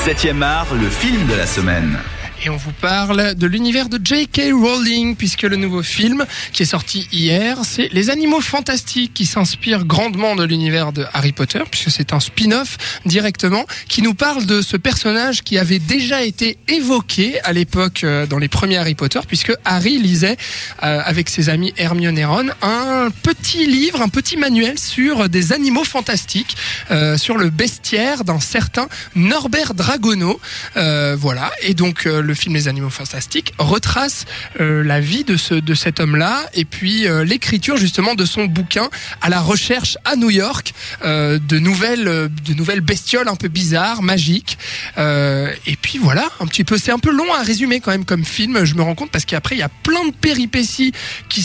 7e art, le film de la semaine. Et on vous parle de l'univers de J.K. Rowling, puisque le nouveau film qui est sorti hier, c'est Les Animaux Fantastiques, qui s'inspire grandement de l'univers de Harry Potter, puisque c'est un spin-off directement, qui nous parle de ce personnage qui avait déjà été évoqué à l'époque dans les premiers Harry Potter, puisque Harry lisait avec ses amis Hermione et Ron un petit livre, un petit manuel sur des animaux fantastiques, sur le bestiaire d'un certain Norbert Dragono. Voilà, et donc le film Les Animaux Fantastiques retrace la vie de cet homme-là et puis l'écriture justement de son bouquin à la recherche à New York de nouvelles bestioles un peu bizarres, magiques. Et puis voilà, un petit peu, c'est un peu long à résumer quand même comme film, je me rends compte, parce qu'après il y a plein de péripéties qui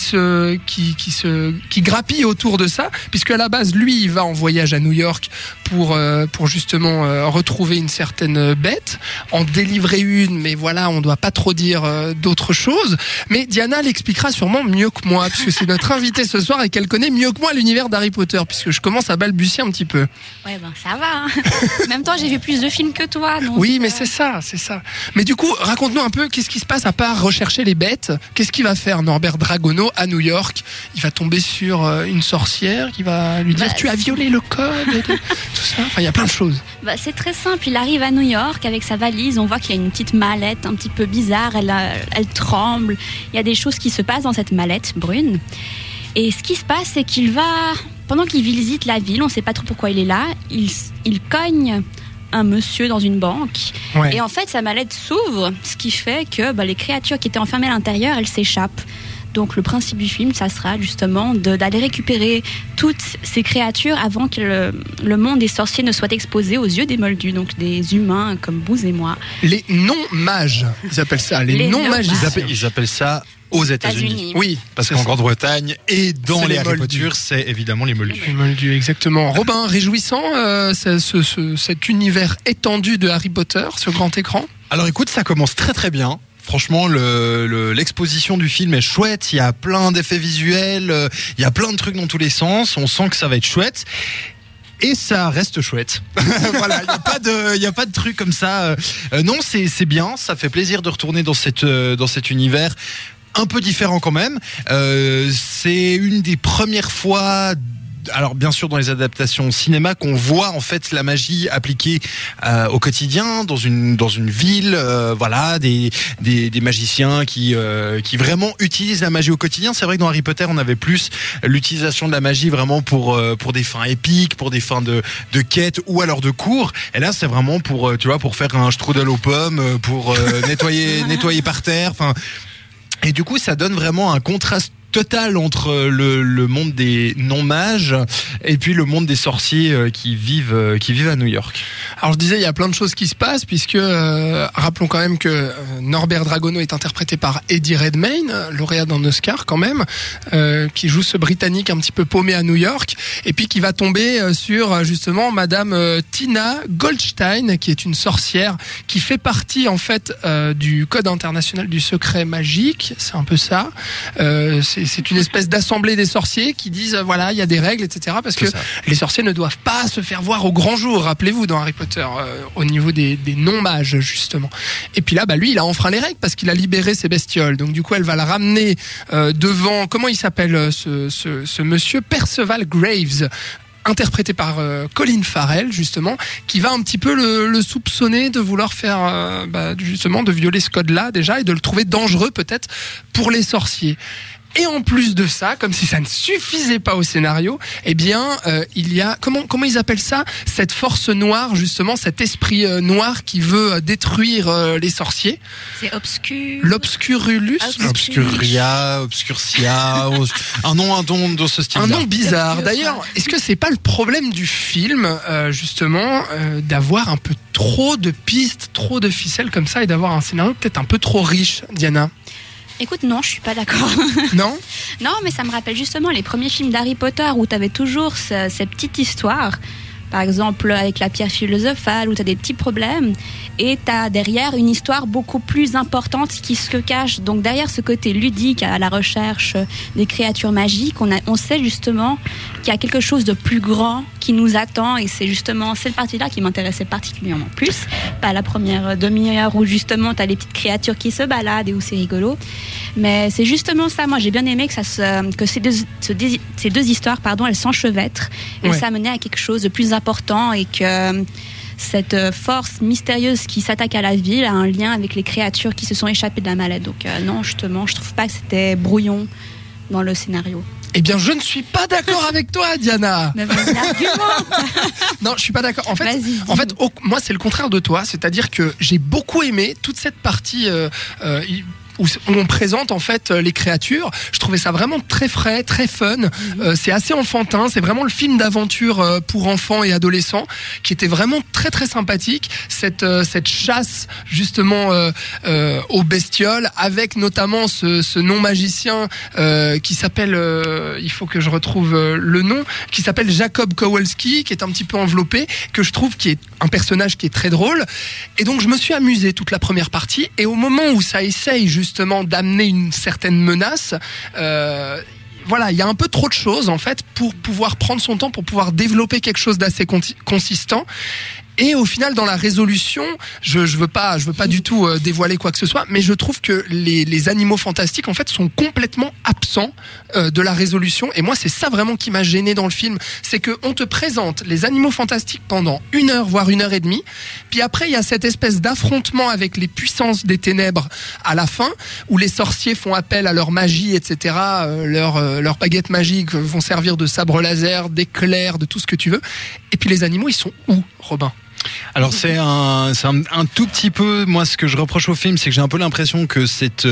grappillent autour de ça, puisque à la base lui il va en voyage à New York pour justement retrouver une certaine bête, en délivrer une, mais voilà, on ne doit pas trop dire d'autres choses. Mais Diana l'expliquera sûrement mieux que moi, puisque c'est notre invitée ce soir et qu'elle connaît mieux que moi l'univers d'Harry Potter, puisque je commence à balbutier un petit peu. Ouais, ben ça va. Hein. En même temps, j'ai vu plus de films que toi. Donc oui, mais c'est ça. Mais du coup, raconte-nous un peu, qu'est-ce qui se passe à part rechercher les bêtes? Qu'est-ce qu'il va faire Norbert Dragono à New York? Il va tomber sur une sorcière qui va lui dire tu as violé le code et tout ça. Enfin, il y a plein de choses. C'est très simple. Il arrive à New York avec sa valise. On voit qu'il y a une petite mallette un petit peu bizarre. Elle tremble. Il y a des choses qui se passent dans cette mallette brune. Et ce qui se passe, c'est qu'il va, pendant qu'il visite la ville, on ne sait pas trop pourquoi il est là, il cogne un monsieur dans une banque. Ouais. Et en fait, sa mallette s'ouvre, ce qui fait que les créatures qui étaient enfermées à l'intérieur, elles s'échappent. Donc le principe du film, ça sera justement d'aller récupérer toutes ces créatures avant que le monde des sorciers ne soit exposé aux yeux des moldus, donc des humains comme vous et moi. Les non-mages, ils appellent ça. Les non-mages. Ils appellent ça aux États-Unis. Oui, parce qu'en Grande-Bretagne et dans les Harry Potter, c'est évidemment les moldus. Les moldus, exactement. Robin, réjouissant cet univers étendu de Harry Potter sur grand écran. Alors écoute, ça commence très très bien. Franchement, l'exposition du film est chouette. Il y a plein d'effets visuels, il y a plein de trucs dans tous les sens. On sent que ça va être chouette. Et ça reste chouette. Voilà, il y a pas de truc comme ça. Non, c'est bien. Ça fait plaisir de retourner dans cet univers un peu différent quand même. C'est une des premières fois. Alors bien sûr dans les adaptations cinéma qu'on voit en fait la magie appliquée au quotidien dans une ville, voilà, des magiciens qui vraiment utilisent la magie au quotidien. C'est vrai que dans Harry Potter on avait plus l'utilisation de la magie vraiment pour des fins épiques, pour des fins de quête ou alors de cours. Et là c'est vraiment pour faire un strudel aux pommes, pour nettoyer par terre. Enfin, et du coup ça donne vraiment un contraste total entre le monde des non-mages et puis le monde des sorciers qui vivent à New York. Alors je disais, il y a plein de choses qui se passent, puisque rappelons quand même que Norbert Dragono est interprété par Eddie Redmayne, lauréat d'un Oscar quand même, qui joue ce Britannique un petit peu paumé à New York, et puis qui va tomber sur justement Madame Tina Goldstein, qui est une sorcière qui fait partie en fait du Code international du secret magique. C'est un peu ça. C'est une espèce d'assemblée des sorciers qui disent voilà, il y a des règles, etc. Parce que les sorciers ne doivent pas se faire voir au grand jour, rappelez-vous, dans Harry Potter, au niveau des non-mages, justement. Et puis là, lui, il a enfreint les règles parce qu'il a libéré ses bestioles. Donc du coup, elle va la ramener devant, comment il s'appelle ce monsieur? Perceval Graves, interprété par Colin Farrell, justement, qui va un petit peu le soupçonner de vouloir faire justement de violer ce code-là déjà et de le trouver dangereux peut-être pour les sorciers. Et en plus de ça, comme si ça ne suffisait pas au scénario, eh bien, il y a comment ils appellent ça, cette force noire, justement, cet esprit noir qui veut détruire les sorciers. C'est l'Obscurulus, Obscuria, Obscurcia, un nom dans ce style-là. Un nom bizarre. D'ailleurs, est-ce que c'est pas le problème du film, justement, d'avoir un peu trop de pistes, trop de ficelles comme ça, et d'avoir un scénario peut-être un peu trop riche, Diana? Écoute, non, je suis pas d'accord. Non ? Non, mais ça me rappelle justement les premiers films d'Harry Potter où tu avais toujours ces petites histoires par exemple avec la pierre philosophale, où tu as des petits problèmes, et tu as derrière une histoire beaucoup plus importante qui se cache. Donc derrière ce côté ludique à la recherche des créatures magiques, on sait justement qu'il y a quelque chose de plus grand qui nous attend, et c'est justement cette partie-là qui m'intéressait particulièrement plus. Pas la première demi-heure où justement tu as les petites créatures qui se baladent et où c'est rigolo, mais c'est justement ça. Moi j'ai bien aimé que ces deux histoires, elles s'enchevêtrent, et ça menait à quelque chose de plus important, et que cette force mystérieuse qui s'attaque à la ville a un lien avec les créatures qui se sont échappées de la mallette. Donc non, justement, je trouve pas que c'était brouillon dans le scénario. Eh bien, je ne suis pas d'accord avec toi, Diana. Mais vas-y, argumente. Non, je suis pas d'accord. En fait, moi, c'est le contraire de toi. C'est-à-dire que j'ai beaucoup aimé toute cette partie où on présente en fait les créatures. Je trouvais ça vraiment très frais, très fun. C'est assez enfantin. C'est vraiment le film d'aventure pour enfants et adolescents qui était vraiment très très sympathique. Cette chasse justement aux bestioles, avec notamment ce non-magicien qui s'appelle, il faut que je retrouve le nom, qui s'appelle Jacob Kowalski, qui est un petit peu enveloppé, que je trouve qui est un personnage qui est très drôle. Et donc je me suis amusé toute la première partie, et au moment où ça essaye justement d'amener une certaine menace, voilà, il y a un peu trop de choses en fait pour pouvoir prendre son temps, pour pouvoir développer quelque chose d'assez consistant. Et au final, dans la résolution, je veux pas du tout dévoiler quoi que ce soit, mais je trouve que les animaux fantastiques en fait sont complètement absents de la résolution. Et moi, c'est ça vraiment qui m'a gêné dans le film, c'est que on te présente les animaux fantastiques pendant 1 heure, voire 1 heure et demie, puis après il y a cette espèce d'affrontement avec les puissances des ténèbres à la fin, où les sorciers font appel à leur magie, etc. Leurs baguettes magiques vont servir de sabre laser, d'éclairs, de tout ce que tu veux. Et puis les animaux, ils sont où, Robin ? Alors c'est un tout petit peu, moi ce que je reproche au film, c'est que j'ai un peu l'impression que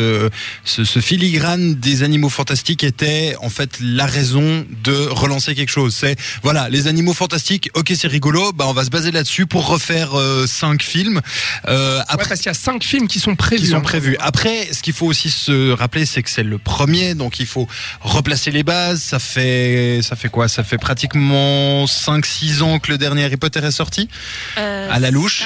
ce filigrane des animaux fantastiques était en fait la raison de relancer quelque chose. C'est voilà, les animaux fantastiques, ok c'est rigolo, on va se baser là-dessus pour refaire 5 films. Après, parce qu'il y a 5 films qui sont prévus. Après, ce qu'il faut aussi se rappeler, c'est que c'est le premier, donc il faut replacer les bases. Ça fait quoi ? Ça fait pratiquement 5-6 ans que le dernier Harry Potter est sorti. À la louche.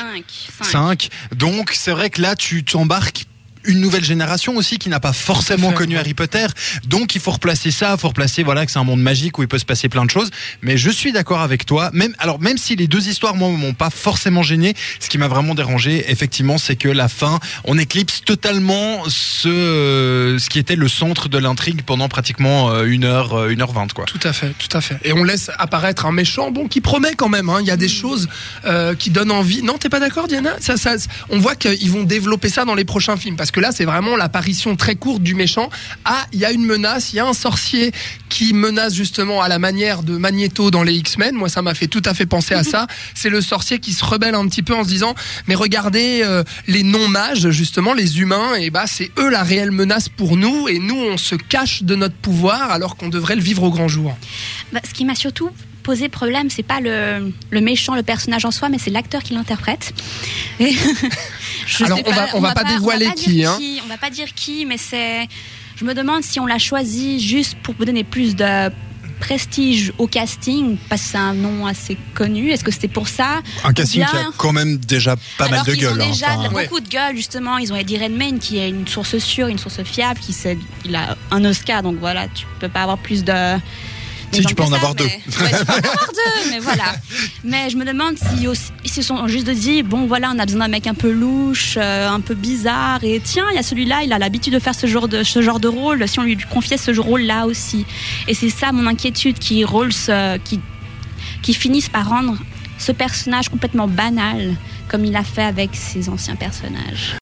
5. Donc c'est vrai que là tu t'embarques une nouvelle génération aussi qui n'a pas forcément connu Harry Potter, donc il faut replacer voilà que c'est un monde magique où il peut se passer plein de choses. Mais je suis d'accord avec toi, même si les deux histoires moi m'ont pas forcément gêné, ce qui m'a vraiment dérangé effectivement, c'est que la fin, on éclipse totalement ce qui était le centre de l'intrigue pendant pratiquement 1h20 quoi. Tout à fait. Et on laisse apparaître un méchant qui promet quand même, hein. Il y a des choses qui donnent envie. Non, t'es pas d'accord, Diana ? Ça, on voit qu'ils vont développer ça dans les prochains films, parce que là c'est vraiment l'apparition très courte du méchant. Il y a une menace, il y a un sorcier qui menace justement à la manière de Magneto dans les X-Men. Moi ça m'a fait tout à fait penser à ça. C'est le sorcier qui se rebelle un petit peu en se disant mais regardez les non-mages justement, les humains, et c'est eux la réelle menace pour nous, et nous on se cache de notre pouvoir alors qu'on devrait le vivre au grand jour. Ce qui m'a surtout posé problème, c'est pas le méchant, le personnage en soi, mais c'est l'acteur qui l'interprète. Et alors on va pas dévoiler qui, hein. On va pas dire qui, mais je me demande si on l'a choisi juste pour donner plus de prestige au casting, parce que c'est un nom assez connu. Est-ce que c'était pour ça? Un casting qui a quand même déjà pas mal de gueule. Ils ont déjà beaucoup de gueule, justement. Ils ont Eddie Redmayne qui est une source sûre, une source fiable, il a un Oscar, donc voilà, tu peux pas avoir plus de... Si, tu peux en avoir 2. Ouais, tu peux en avoir 2, mais voilà. Mais je me demande si se sont juste dit, bon voilà, on a besoin d'un mec un peu louche, un peu bizarre, et tiens, il y a celui-là, il a l'habitude de faire ce genre de rôle, si on lui confiait ce rôle-là aussi. Et c'est ça mon inquiétude, qui finissent par rendre ce personnage complètement banal, comme il a fait avec ses anciens personnages.